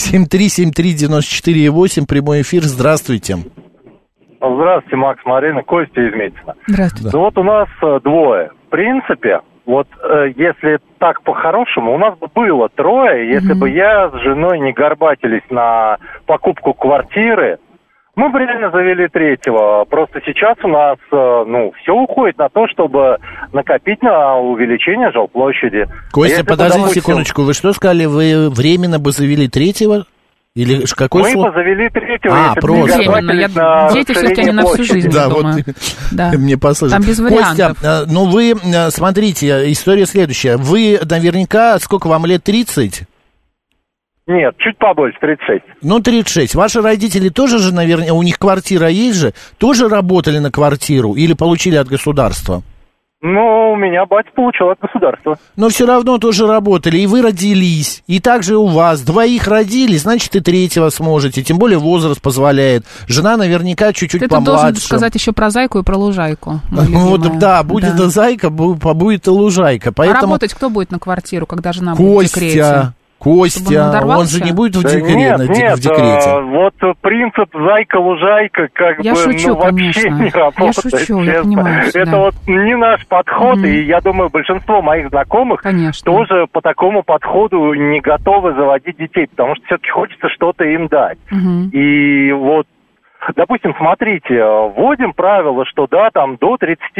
7373948, прямой эфир. Здравствуйте. Здравствуйте, Макс, Марина, Костя из Митина. Здравствуйте. Да вот у нас двое. В принципе, вот если так по-хорошему, у нас бы было 3, если бы я с женой не горбатились на покупку квартиры, мы бы реально завели 3. Просто сейчас у нас, все уходит на то, чтобы накопить на увеличение жилплощади. Костя, подождите секундочку, вы что сказали, вы временно бы завели 3? Или какой мы слово? бы завели 3, просто. Дети все-таки не на всю жизнь, да, думаю. Мне послышалось. Там без вариантов. Костя, вы, смотрите, история следующая. Вы наверняка, сколько вам лет, 30? Нет, чуть побольше, 36. 36. Ваши родители тоже же, наверное, у них квартира есть же, тоже работали на квартиру или получили от государства? Ну, у меня батя получил от государства. Но все равно тоже работали, и вы родились, и также у вас 2 родили, значит, и 3 сможете, тем более возраст позволяет. Жена наверняка чуть-чуть помладше. Ты должен сказать еще про зайку и про лужайку. Вот, да, будет и зайка, будет и лужайка. Поэтому... А работать кто будет на квартиру, когда жена будет в декрете? Костя, он же не будет в декрете. Вот принцип зайка-лужайка шучу, вообще конечно. не работает. Я шучу, я понимаю. Это вот не наш подход, и я думаю, большинство моих знакомых тоже по такому подходу не готовы заводить детей, потому что все-таки хочется что-то им дать. И вот, допустим, смотрите, вводим правило, что да, там до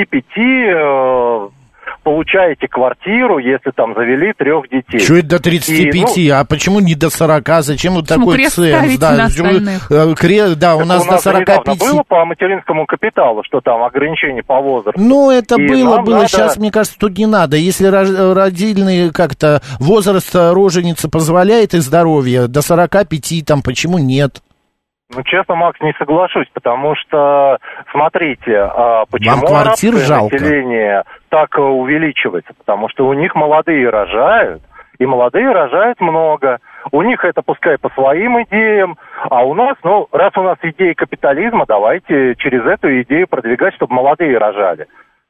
35 получаете квартиру, если там завели 3 детей. Что это до 35? А почему не до 40? Зачем вот такой ценз? Да, у нас до 45. Было по материнскому капиталу, что там ограничение по возрасту. Ну, это было. Сейчас, мне кажется, тут не надо. Если родильный как-то возраст роженицы позволяет и здоровье, до 45 там почему нет? Ну, честно, Макс, не соглашусь, потому что, смотрите, почему население так увеличивается? Потому что у них молодые рожают, и молодые рожают много. У них это пускай по своим идеям, а у нас, раз у нас идея капитализма, давайте через эту идею продвигать, чтобы молодые рожали.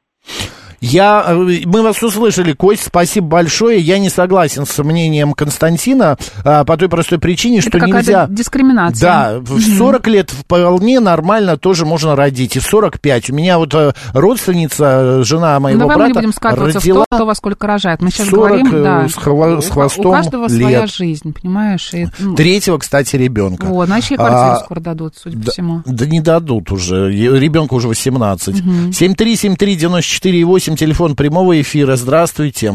Мы вас услышали, Кость, спасибо большое. Я не согласен с мнением Константина по той простой причине, что нельзя... Это какая-то дискриминация. Да, в 40 лет вполне нормально тоже можно родить, и в 45. У меня вот родственница, жена моего брата, мы не будем скатываться родила в то, кто во сколько рожает. Мы сейчас говорим, с хвостом у каждого лет. своя жизнь, понимаешь? 3-го, кстати, ребенка. Вот, значит, и квартиру скоро дадут, судя по всему. Да не дадут уже, ребенку уже 18. 7373948, телефон прямого эфира. Здравствуйте.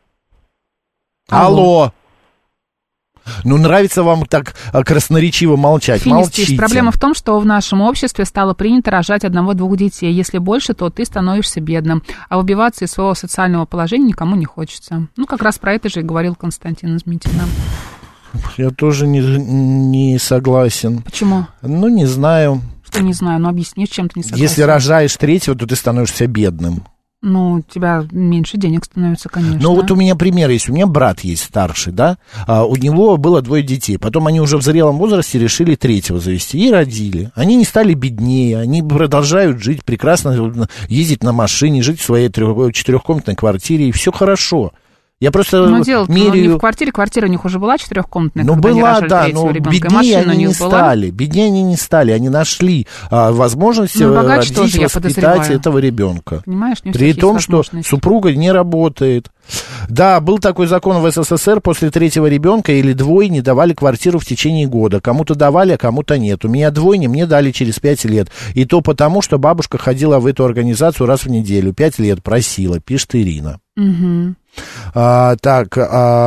Алло. Ну, нравится вам так красноречиво молчать. Молчите. Проблема в том, что в нашем обществе стало принято рожать 1-2 детей. Если больше, то ты становишься бедным. А выбиваться из своего социального положения никому не хочется. Ну, как раз про это же и говорил Константин из Митина. Я тоже не согласен. Почему? Ну, не знаю. четвертого, не знаю, но объясни, с чем ты не согласен. Если рожаешь третьего, то ты становишься бедным. Ну, у тебя меньше денег становится, конечно. Ну, вот у меня пример есть. У меня брат есть старший, да, у него было 2 детей. Потом они уже в зрелом возрасте решили 3-го завести и родили. Они не стали беднее, они продолжают жить прекрасно, ездить на машине, жить в своей 4-комнатной квартире, и все хорошо. Я просто меряю... не в квартире, квартира у них уже была 4-комнатная, ну, была, да, но беднее они не стали, беднее они не стали, они нашли возможность родить, воспитать этого ребенка. Понимаешь, при том, что супруга не работает. Да, был такой закон в СССР, после 3-го ребенка или двойни давали квартиру в течение года. Кому-то давали, а кому-то нет. У меня двойни мне дали через 5 лет. И то потому, что бабушка ходила в эту организацию раз в неделю. 5 лет просила, пишет Ирина. Угу. Так,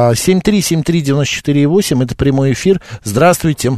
7373948, это прямой эфир. Здравствуйте.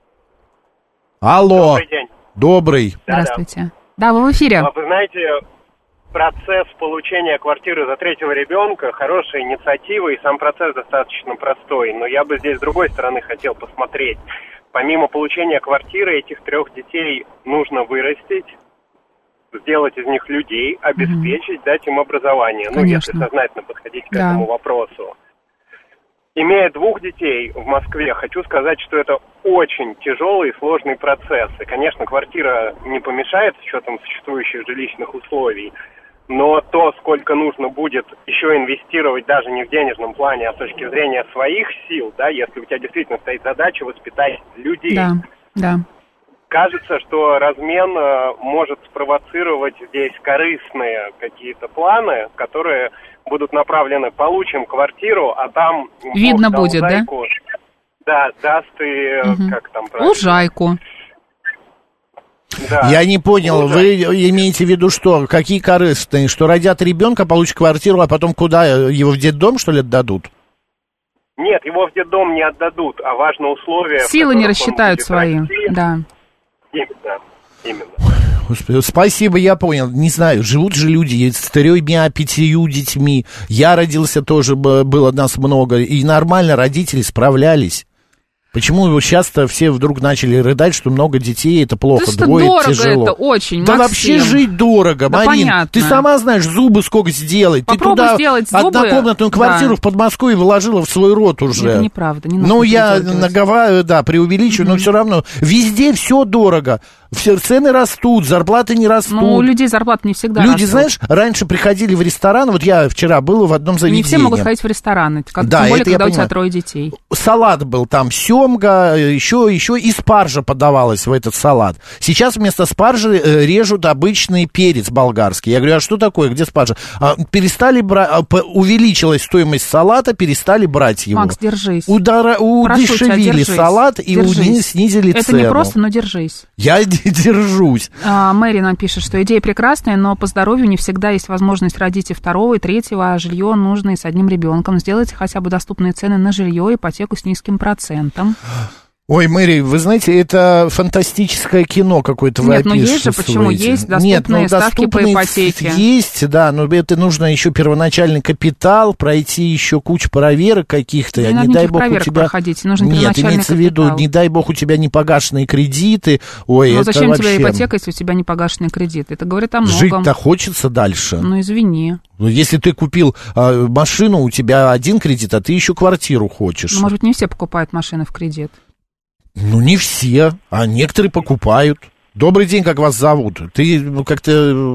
Алло. Добрый день. Добрый. Здравствуйте. Да, вы в эфире. Вы знаете, процесс получения квартиры за 3-го ребенка хорошая инициатива, и сам процесс достаточно простой. Но я бы здесь с другой стороны хотел посмотреть. Помимо получения квартиры, этих 3 детей нужно вырастить, сделать из них людей, обеспечить, дать им образование. Конечно. Ну, если сознательно подходить к этому вопросу. Имея 2 детей в Москве, хочу сказать, что это очень тяжелый и сложный процесс. И, конечно, квартира не помешает с учетом существующих жилищных условий, но то, сколько нужно будет еще инвестировать даже не в денежном плане, а с точки зрения своих сил, да, если у тебя действительно стоит задача воспитать людей. Да, да. Кажется, что размен может спровоцировать здесь корыстные какие-то планы, которые будут направлены: получим квартиру, а там... Видно будет, зайку, да? Да, даст и... Как там правильно? Лужайку. Да. Я не понял, вы имеете в виду что? Какие корыстные? Что родят ребенка, получат квартиру, а потом куда? Его в детдом, что ли, отдадут? Нет, его в детдом не отдадут, а важно условие... Силы не рассчитают свои, да. Именно. Господи, спасибо, я понял. Не знаю, живут же люди с 3-5 детьми. Я родился тоже, было нас много. И нормально родители справлялись. Почему сейчас-то все вдруг начали рыдать, что много детей, это плохо, да двое дорого тяжело. Это очень, да Максим. Вообще жить дорого, да Марин. Понятно. Ты сама знаешь, зубы сколько сделать. Попробуй ты туда сделать зубы. Однокомнатную квартиру в Подмосковье вложила в свой рот уже. Это неправда. Не ну, я наговариваю, да, преувеличиваю, но все равно. Везде все дорого. Все цены растут, зарплаты не растут. Ну, у людей зарплаты не всегда Люди, растут. знаешь, раньше приходили в ресторан, вот я вчера был в одном заведении. Не все могут ходить в рестораны, да, тем более, когда у тебя 3 детей. Салат был там, семга, еще и спаржа подавалась в этот салат. Сейчас вместо спаржи режут обычный перец болгарский. Я говорю, а что такое, где спаржа? Перестали брать, увеличилась стоимость салата, перестали брать его. Макс, держись. Удешевили салат и снизили цену. Это не просто, но держись. Я держусь. Мэри нам пишет, что идея прекрасная, но по здоровью не всегда есть возможность родить и 2-го, и 3-го, а жилье нужно и с 1 ребенком. Сделайте хотя бы доступные цены на жилье, ипотеку с низким процентом. Ой, Мэри, вы знаете, это фантастическое кино какое-то вы описываете. Нет, ну есть же, почему? Есть доступные ставки по ипотеке. Есть, да, но это нужно еще первоначальный капитал, пройти еще кучу проверок каких-то. Не дай бог у тебя... проходить, нужен Нет, имеется в виду, не дай бог у тебя непогашенные кредиты. Ой, но это зачем вообще... тебе ипотека, если у тебя непогашенные кредиты? Это говорит о многом. Жить-то хочется дальше. Ну, извини. Ну, если ты купил машину, у тебя 1 кредит, а ты еще квартиру хочешь. Ну, может быть, не все покупают машины в кредит. Ну, не все, а некоторые покупают. Добрый день, как вас зовут? Ты как-то,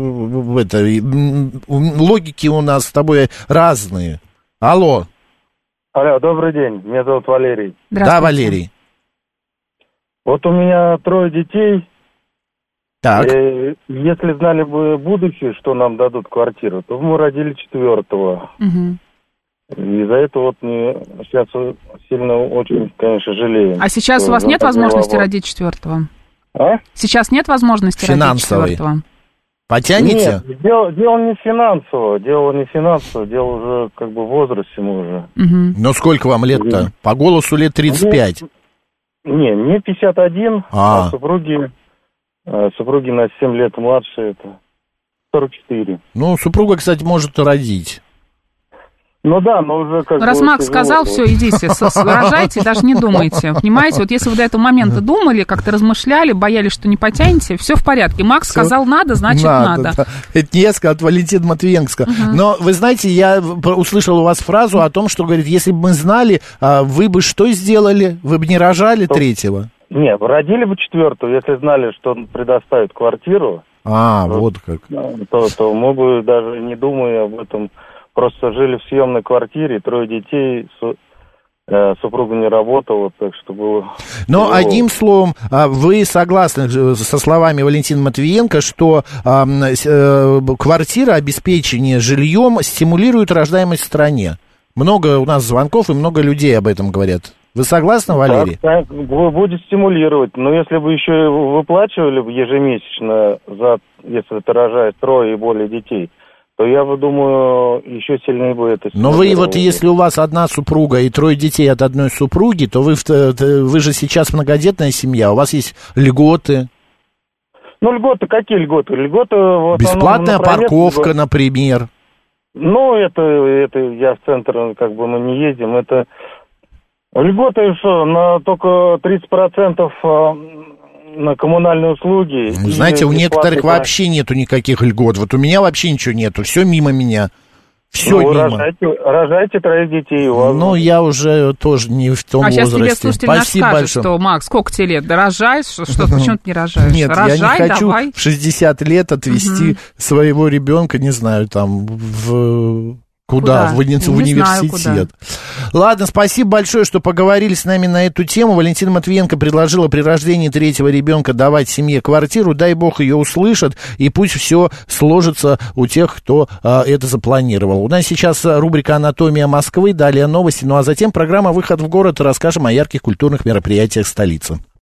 логики у нас с тобой разные. Алло. Алло, добрый день, меня зовут Валерий. Да, Валерий. Вот у меня 3 детей. Так. Если знали бы будущее, что нам дадут квартиру, то мы родили 4-го. Угу. И за это вот мне сейчас сильно очень, конечно, жалею. А сейчас у вас нет возможности родить 4-го? А? Сейчас нет возможности родить 4-го? Потянете? Нет, дело не финансово. Дело уже как бы в возрасте мы уже. Угу. Но сколько вам лет-то? По голосу лет 35. Мне 51, а супруги на 7 лет младше, это 44. Ну, супруга, кстати, может родить. Ну да, но уже как бы... Раз Макс сказал, все, идите, рожайте, даже не думайте. Понимаете, вот если вы до этого момента думали, как-то размышляли, боялись, что не потянете, все в порядке. Макс сказал надо, значит надо. Да. Это не я сказал, это Валентин Матвиенко. Но, вы знаете, я услышал у вас фразу о том, что, говорит, если бы мы знали, вы бы что сделали? Вы бы не рожали третьего? Нет, родили бы четвертую, если знали, что он предоставит квартиру. Вот как. То мы бы, даже не думая об этом, просто жили в съемной квартире, 3 детей, супруга не работала, так что было... Но одним словом, вы согласны со словами Валентина Матвиенко, что квартира, обеспечение жильем стимулирует рождаемость в стране? Много у нас звонков и много людей об этом говорят. Вы согласны, Валерий? Так, будет стимулировать. Но если бы еще выплачивали бы ежемесячно, если ты рожаешь 3 и более детей, то я бы думаю, еще сильнее бы это... Но вы вот, если у вас одна супруга и 3 детей от одной супруги, то вы же сейчас многодетная семья, у вас есть льготы. Ну, льготы, какие льготы? Льготы... Бесплатная парковка, например. Ну, это я в центр, как бы мы не ездим, это... Льготы что, только 30% на коммунальные услуги. Знаете, у некоторых вообще нету никаких льгот. Вот у меня вообще ничего нету, все мимо меня. Все мимо. Рожайте 3 детей. Ну, я уже тоже не в том возрасте. А сейчас тебе слушатель наш скажет, что, Макс, сколько тебе лет? Да рожаешь? Почему ты не рожаешь? Нет, я не хочу в 60 лет отвезти своего ребенка, не знаю, там, Куда? В университет. Ладно, спасибо большое, что поговорили с нами на эту тему. Валентина Матвиенко предложила при рождении 3-го ребенка давать семье квартиру. Дай бог ее услышат, и пусть все сложится у тех, кто это запланировал. У нас сейчас рубрика «Анатомия Москвы», далее новости, ну а затем программа «Выход в город», и расскажем о ярких культурных мероприятиях столицы.